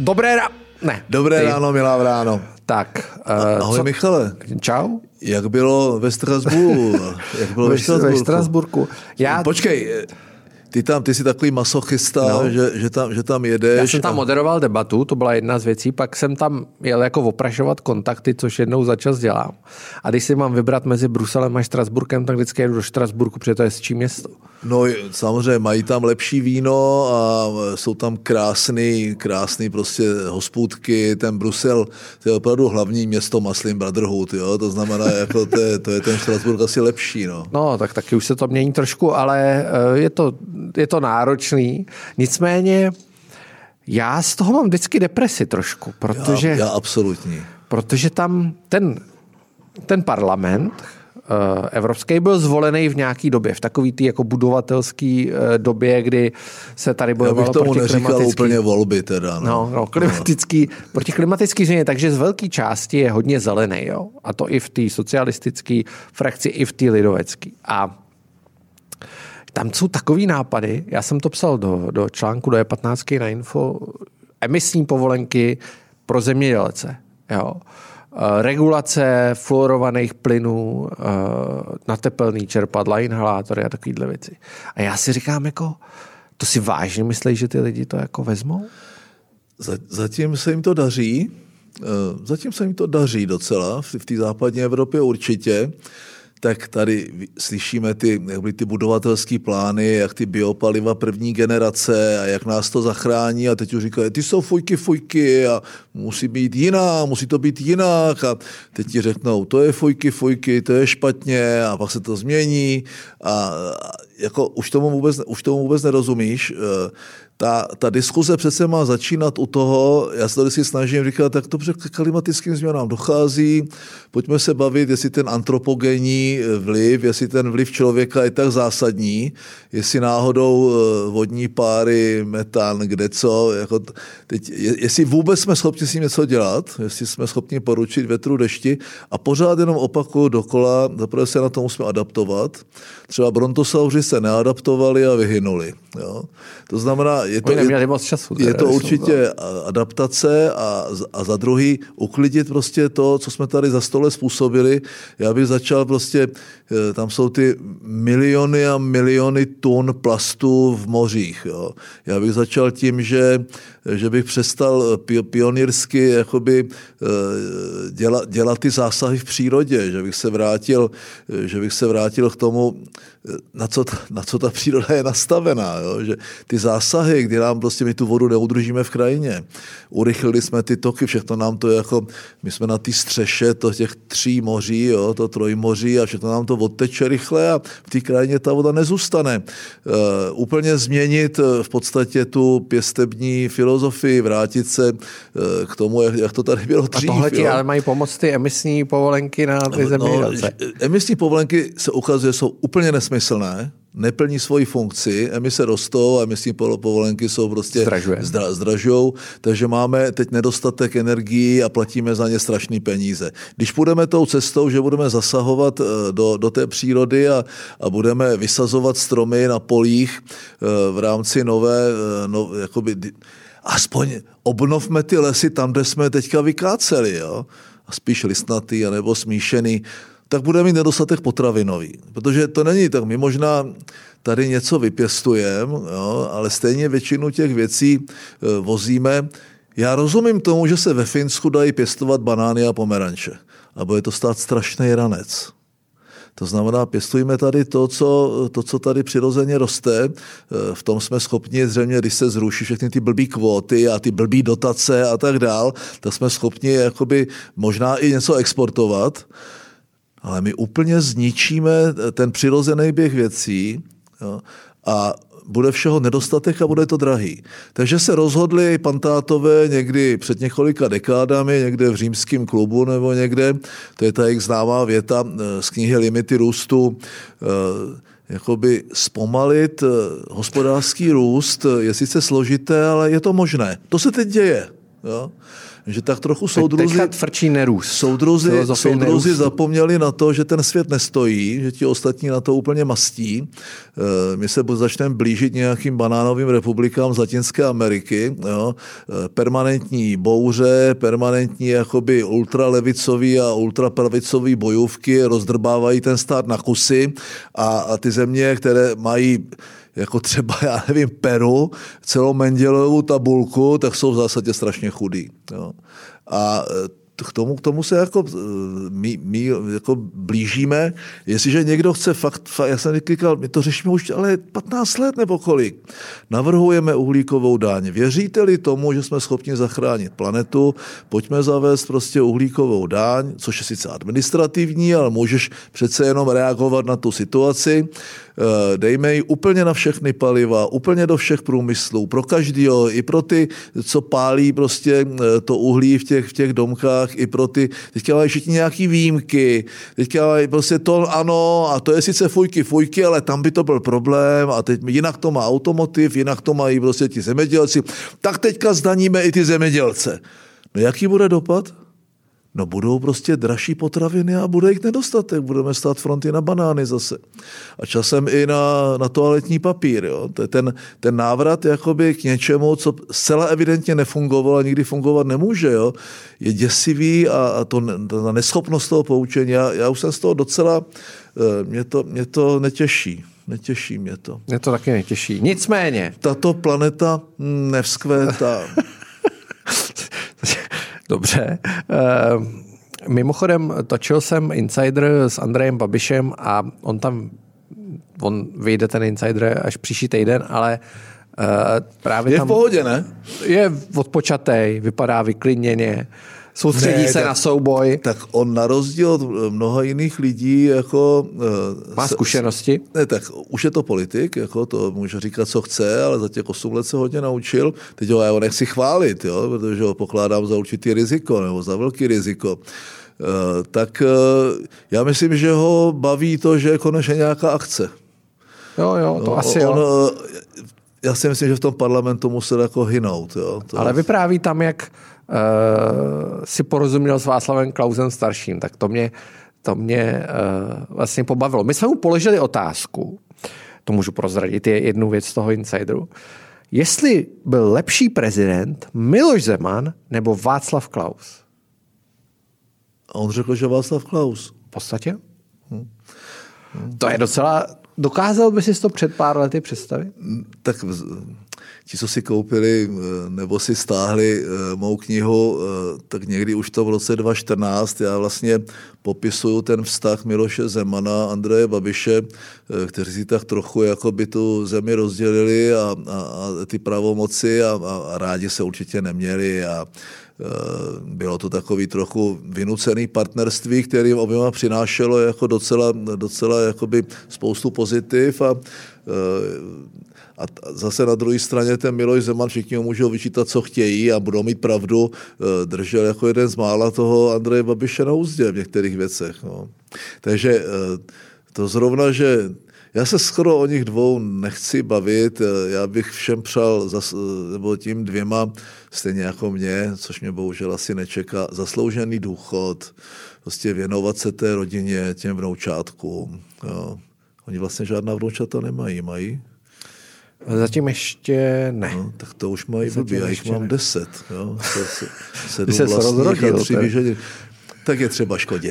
Dobré ráno, milá Vráno. Tak. Ahoj, Michale. Čau. Jak bylo ve Strasburgu? Ve Strasburku. Počkej, ty jsi takový masochista, no. že tam jedeš. Já jsem tam moderoval debatu, to byla jedna z věcí, pak jsem tam jel jako oprašovat kontakty, což jednou za čas dělám. A když si mám vybrat mezi Bruselem a Štrasburkem, tak vždycky jedu do Štrasburku, protože to je hezčí město. No samozřejmě, mají tam lepší víno a jsou tam krásný prostě hospůdky. Ten Brusel, to je opravdu hlavní město Muslim Brotherhood, jo? To znamená, jako to je ten Štrasburg asi lepší, no. No, tak taky už se to mění trošku, ale je to náročný. Nicméně já z toho mám vždycky depresi trošku, protože... Já absolutní. Protože tam ten parlament evropský byl zvolený v nějaký době, v takový tý jako budovatelský době, kdy se tady bojovalo proti klimatický... Já bych tomu neříkal úplně volby teda. Proti klimatický změně, takže z velké části je hodně zelený, jo? A to i v té socialistické frakci, i v té lidovecké. A tam jsou takový nápady, já jsem to psal do článku, do E15 na Info, emisní povolenky pro zemědělce, jo? Regulace fluorovaných plynů na tepelný čerpadla, inhalátory a takovýhle věci. A já si říkám, jako, to si vážně myslí, že ty lidi to jako vezmou? Zatím se jim to daří. Docela. V té západní Evropě určitě. Tak tady slyšíme ty budovatelské plány, jak ty biopaliva první generace a jak nás to zachrání a teď už říkají, ty jsou fujky a musí to být jinak a teď ti řeknou, to je fujky, to je špatně a pak se to změní a jako už tomu vůbec nerozumíš. Ta diskuze přece má začínat u toho, já se tady si snažím říkat, tak dobře k klimatickým změnám dochází, pojďme se bavit, jestli ten antropogenní vliv, jestli ten vliv člověka je tak zásadní, jestli náhodou vodní páry, metan, kdeco, jako teď, jestli vůbec jsme schopni s tím něco dělat, jestli jsme schopni poručit větru, dešti a pořád jenom opakuju dokola, zaprvé se na to musíme adaptovat. Třeba brontosauři se neadaptovali a vyhynuli. Jo? To znamená, je to určitě adaptace a za druhý uklidit prostě to, co jsme tady za stole způsobili. Já bych začal prostě, tam jsou ty miliony a miliony tun plastů v mořích. Jo. Já bych začal tím, že bych přestal pionýrsky jakoby dělat ty zásahy v přírodě, že bych se vrátil k tomu, na co ta příroda je nastavená. Jo. Že ty zásahy, kdy nám prostě my tu vodu neudržíme v krajině. Urychlili jsme ty toky, všechno nám to jako, my jsme na té střeše těch 3 moří, jo, to Trojmoří a všechno nám to odteče rychle a v té krajině ta voda nezůstane. Úplně změnit v podstatě tu pěstební filozofii, vrátit se k tomu, jak to tady bylo dřív. A tohle ti ale mají pomoct ty emisní povolenky na ty zemědělce. Emisní povolenky se ukazuje, jsou úplně nesmyslné, neplní svoji funkci, emise rostou a emisní povolenky jsou prostě zdražujou, takže máme teď nedostatek energií a platíme za ně strašný peníze. Když půjdeme tou cestou, že budeme zasahovat do té přírody a budeme vysazovat stromy na polích v rámci aspoň obnovme ty lesy tam, kde jsme teďka vykáceli, jo? A spíš listnatý anebo smíšený, tak budeme mít nedostatek potravinový. Protože to není tak, my možná tady něco vypěstujeme, ale stejně většinu těch věcí vozíme. Já rozumím tomu, že se ve Finsku dají pěstovat banány a pomeranče. A bude to stát strašný ranec. To znamená, pěstujeme tady to, co tady přirozeně roste. V tom jsme schopni, zřejmě, když se zruší všechny ty blbý kvóty a ty blbý dotace a tak dál, tak jsme schopni jakoby možná i něco exportovat. Ale my úplně zničíme ten přirozený běh věcí, jo, a bude všeho nedostatek a bude to drahý. Takže se rozhodli pantátové někdy před několika dekádami, někde v Římském klubu nebo někde, to je ta jejich známá věta z knihy Limity růstu, jakoby zpomalit hospodářský růst je sice složité, ale je to možné. To se teď děje. Jo. že tak trochu soudruzi zapomněli na to, že ten svět nestojí, že ti ostatní na to úplně mastí. My se začneme blížit nějakým banánovým republikám z Latinské Ameriky. Jo. Permanentní bouře, permanentní jakoby ultralevicový a ultrapravicový bojůvky rozdrbávají ten stát na kusy a ty země, které mají jako třeba, já nevím, Peru, celou Mendelovu tabulku, tak jsou v zásadě strašně chudí. Jo. A k tomu se jako my jako blížíme. Jestliže někdo chce fakt, já jsem říkal, my to řešíme už ale 15 let nebo kolik. Navrhujeme uhlíkovou daň. Věříte-li tomu, že jsme schopni zachránit planetu, pojďme zavést prostě uhlíkovou daň, což je sice administrativní, ale můžeš přece jenom reagovat na tu situaci. Dejme ji úplně na všechny paliva, úplně do všech průmyslů, pro každýho, i pro ty, co pálí prostě to uhlí v těch domkách, i pro ty, teďka mají všichni nějaký výjimky, teďka mají prostě to ano, a to je sice fujky, ale tam by to byl problém a teď jinak to má automotiv, jinak to mají prostě ti zemědělci, tak teďka zdaníme i ty zemědělce. No jaký bude dopad? No budou prostě dražší potraviny a bude jich nedostatek. Budeme stát fronty na banány zase. A časem i na toaletní papír. Jo. To je ten návrat jakoby k něčemu, co zcela evidentně nefungovalo a nikdy fungovat nemůže. Jo. Je děsivý a ta neschopnost toho poučení. Já už jsem z toho docela, mě to netěší. Netěší mě to. Mě to taky netěší. Nicméně. Tato planeta nevzkvétá. Dobře. Mimochodem, točil jsem Insider s Andrejem Babišem a on vyjde ten Insider až příští týden, ale právě je tam... v pohodě, ne? Je odpočatej, vypadá vyklidněně, soustředí se na souboj. Tak on na rozdíl od mnoha jiných lidí jako... Má zkušenosti? Ne, tak už je to politik, jako to může říkat, co chce, ale za těch 8 let se hodně naučil. Teď ho nechci chválit, jo, protože ho pokládám za určitý riziko, nebo za velký riziko. Tak já myslím, že ho baví to, že je konečně nějaká akce. Jo, to asi jo. Já si myslím, že v tom parlamentu musel jako hynout. Jo. Ale vypráví tam, jak si porozuměl s Václavem Klausem starším, tak to mě vlastně pobavilo. My jsme mu položili otázku, to můžu prozradit, je jednu věc z toho Insideru, jestli byl lepší prezident Miloš Zeman nebo Václav Klaus. A on řekl, že Václav Klaus. V podstatě? To je docela... Dokázal by si to před pár lety představit? Tak ti, co si koupili nebo si stáhli mou knihu, tak někdy už to v roce 2014 já vlastně popisuju ten vztah Miloše Zemana a Andreje Babiše, kteří si tak trochu jako by tu zemi rozdělili a ty pravomoci a rádi se určitě neměli a bylo to takový trochu vynucený partnerství, který oběma přinášelo jako docela jakoby spoustu pozitiv a zase na druhé straně ten Miloš Zeman, všichni ho můžou vyčítat, co chtějí a budou mít pravdu, držel jako jeden z mála toho Andreje Babiše na úzdě v některých věcech. No. Takže to zrovna, že já se skoro o nich dvou nechci bavit, já bych všem přál, nebo tím dvěma, stejně jako mě, což mě bohužel asi nečeká, zasloužený důchod, prostě věnovat se té rodině, těm vnoučátkům. Jo. Oni vlastně žádná vnoučata nemají, mají? Zatím ještě ne. No, tak to už mají blbě, já jich mám 10. Jo. 7 vlastních a 3 vyženit. Tak je třeba škodit.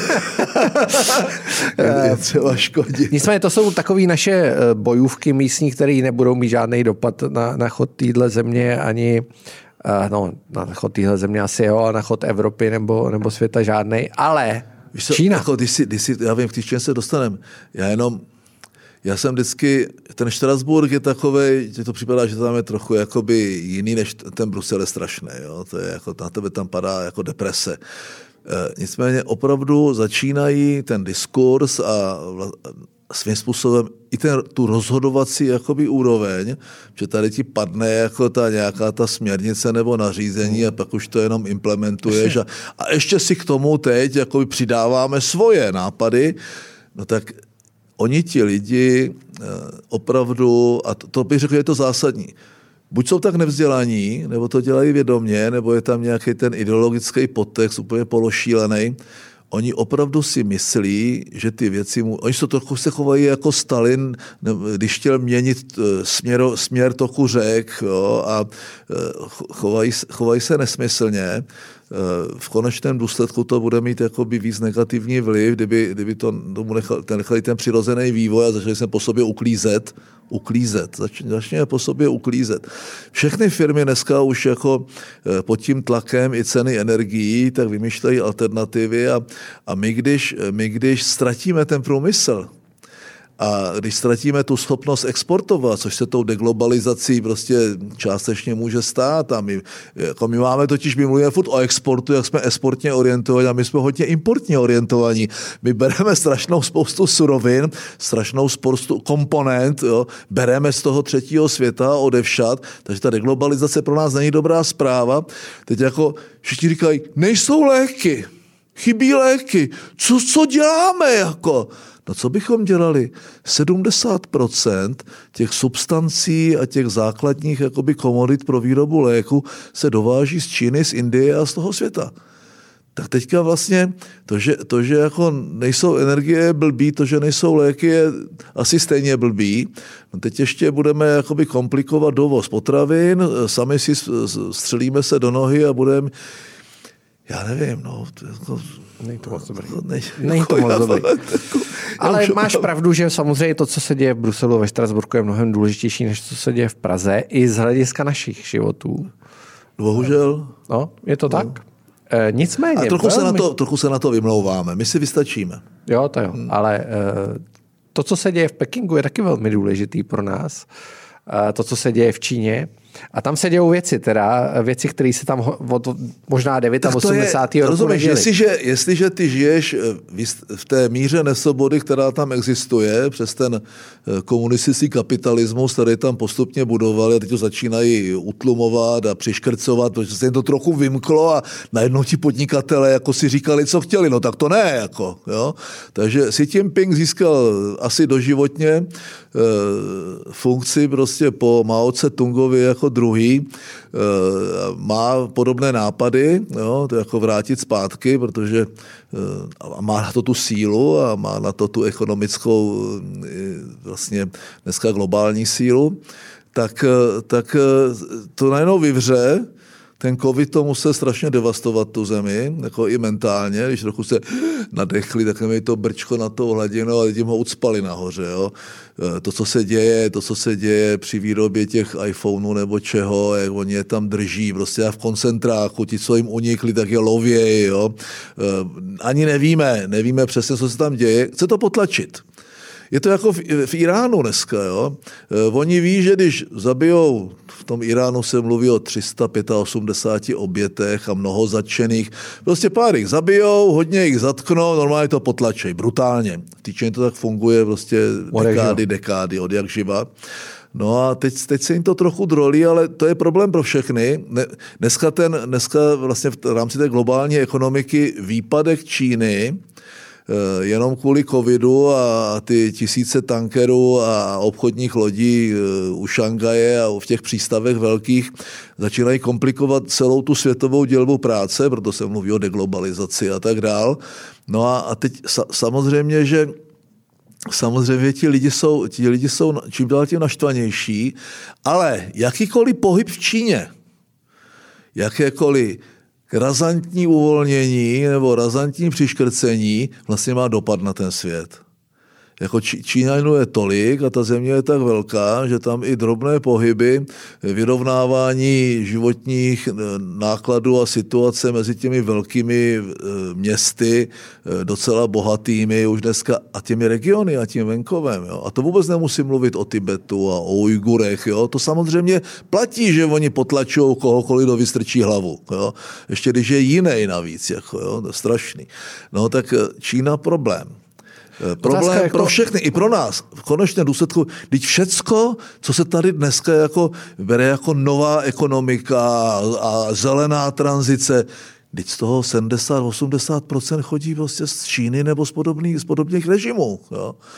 je třeba škodit. Nicméně to jsou takové naše bojůvky místní, které nebudou mít žádný dopad na chod téhle země ani na chod téhle země asi jo, a na chod Evropy nebo světa žádnej, ale Čína. Jako, já vím, k čem se dostaneme. Já jsem vždycky, ten Štrasburg je takovej, že to připadá, že tam je trochu jakoby jiný, než ten Brusel je strašný. Jo? To je jako, na tebe tam padá jako deprese. Nicméně opravdu začínají ten diskurs a svým způsobem i tu rozhodovací jakoby úroveň, že tady ti padne jako nějaká ta směrnice nebo nařízení a pak už to jenom implementuješ a ještě si k tomu teď jakoby přidáváme svoje nápady, no tak oni ti lidi opravdu, a to bych řekl, že je to zásadní, buď jsou tak nevzdělaní, nebo to dělají vědomě, nebo je tam nějaký ten ideologický podtext úplně pološílený. Oni opravdu si myslí, že ty věci oni se trochu se chovají jako Stalin, když chtěl měnit směr toku řek, jo, a chovají se nesmyslně. V konečném důsledku to bude mít jakoby víc negativní vliv, kdyby tomu nechali ten přirozený vývoj a začali se po sobě uklízet. Začne po sobě uklízet. Všechny firmy dneska už jako pod tím tlakem i ceny energií, tak vymýšlejí alternativy a my když ztratíme ten průmysl, a když ztratíme tu schopnost exportovat, což se tou deglobalizací prostě částečně může stát, a my máme totiž, my mluvíme furt o exportu, jak jsme exportně orientovaní, a my jsme hodně importně orientovaní. My bereme strašnou spoustu surovin, strašnou spoustu komponent, jo, bereme z toho třetího světa odevšad, takže ta deglobalizace pro nás není dobrá zpráva. Teď jako všichni říkají, nejsou léky, chybí léky, co děláme jako? No co bychom dělali? 70% těch substancí a těch základních jakoby komodit pro výrobu léku se dováží z Číny, z Indie a z toho světa. Tak teďka vlastně to, že jako nejsou energie blbý, to, že nejsou léky, je asi stejně blbý. No teď ještě budeme jakoby komplikovat dovoz potravin, sami si střelíme se do nohy a budeme, já nevím, no. Není to moc dobrý. Není to moc dobrý. Ale máš pravdu, že samozřejmě to, co se děje v Bruselu a ve Štrasburku, je mnohem důležitější, než co se děje v Praze, i z hlediska našich životů. Bohužel. No, je to tak. Nicméně. A trochu se na to vymlouváme. My si vystačíme. Jo, to jo. Ale to, co se děje v Pekingu, je taky velmi důležitý pro nás. To, co se děje v Číně. A tam se dějou věci, které se tam od možná 89. roku neděly. Jestliže ty žiješ v té míře nesvobody, která tam existuje, přes ten komunistický kapitalismus, který tam postupně budovali a teď to začínají utlumovat a přiškrcovat, protože se jim to trochu vymklo a najednou ti podnikatelé jako si říkali, co chtěli, no tak to ne, jako, jo. Takže Xi Jinping získal asi doživotně funkci prostě po Mao Tse-tungovi jako druhý, má podobné nápady, jo, to jako vrátit zpátky, protože má na to tu sílu a má na to tu ekonomickou vlastně dneska globální sílu, tak to najednou vyvře. Ten covid to musel strašně devastovat tu zemi, jako i mentálně, když trochu se nadechli, tak mi to brčko na to hladinu a lidi ho ucpali nahoře. Jo. To, co se děje při výrobě těch iPhoneů nebo čeho, jak oni je tam drží, prostě v koncentráku, ti, co jim unikli, tak je lovějí. Jo. Ani nevíme přesně, co se tam děje. Chce to potlačit. Je to jako v Iránu dneska. Jo? Oni ví, že když zabijou, v tom Iránu se mluví o 385 obětech a mnoho zatčených, prostě pár jich zabijou, hodně jich zatknou, normálně to potlačej, brutálně. V té Číně to tak funguje prostě dekády, od jak živa. No a teď se jim to trochu drolí, ale to je problém pro všechny. Dneska vlastně v rámci té globální ekonomiky výpadek Číny jenom kvůli covidu a ty tisíce tankerů a obchodních lodí u Šangaje a v těch přístavech velkých začínají komplikovat celou tu světovou dělbu práce, proto se mluví o deglobalizaci a tak dál. No a teď samozřejmě, že ti lidi jsou čím dál tím naštvanější, ale jakýkoliv pohyb v Číně, jakékoliv razantní uvolnění nebo razantní přiškrcení vlastně má dopad na ten svět. Jako Číňanů je tolik a ta země je tak velká, že tam i drobné pohyby, vyrovnávání životních nákladů a situace mezi těmi velkými městy, docela bohatými už dneska, a těmi regiony a tím venkovem. Jo. A to vůbec nemusím mluvit o Tibetu a o Ujgurech. Jo. To samozřejmě platí, že oni potlačují kohokoliv, kdo vystrčí hlavu. Jo. Ještě když je jiný navíc. Jako, jo. To je strašný. No tak Čína problém. Problém pro všechny, i pro nás. V konečném důsledku, teď všecko, co se tady dneska jako bere jako nová ekonomika a zelená tranzice, teď z toho 70-80% chodí prostě z Číny nebo z podobných režimů. Jo.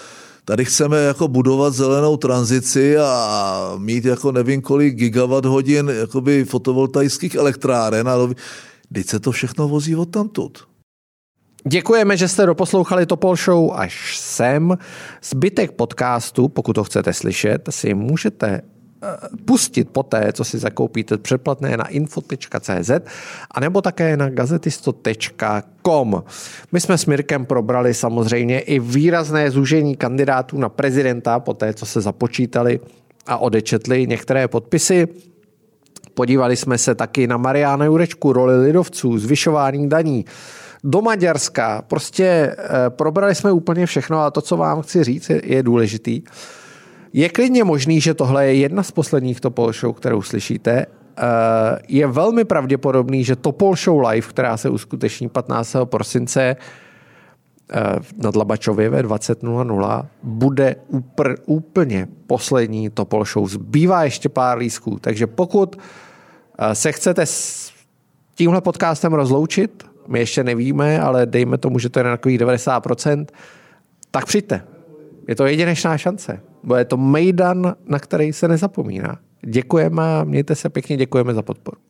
Tady chceme jako budovat zelenou tranzici a mít jako nevím kolik gigawatt hodin jakoby fotovoltaických elektráren, ale teď se to všechno vozí odtamtud. Děkujeme, že jste doposlouchali Topol Show až sem. Zbytek podcastu, pokud to chcete slyšet, si můžete pustit poté, co si zakoupíte předplatné na info.cz a nebo také na gazetisto.com. My jsme s Mirkem probrali samozřejmě i výrazné zúžení kandidátů na prezidenta poté, co se započítali a odečetli některé podpisy. Podívali jsme se taky na Mariana Jurečku, roli lidovců, zvyšování daní, do Maďarska. Prostě probrali jsme úplně všechno a to, co vám chci říct, je důležitý. Je klidně možný, že tohle je jedna z posledních Topol Show, kterou slyšíte. Je velmi pravděpodobný, že Topol Show Live, která se uskuteční 15. prosince na Dlabačově ve 20:00, bude úplně poslední Topol Show. Zbývá ještě pár lístků, takže pokud se chcete s tímhle podcastem rozloučit, my ještě nevíme, ale dejme tomu, že to je na takových 90%, tak přijďte. Je to jedinečná šance. Bude to mejdan, na který se nezapomíná. Děkujeme a mějte se pěkně, děkujeme za podporu.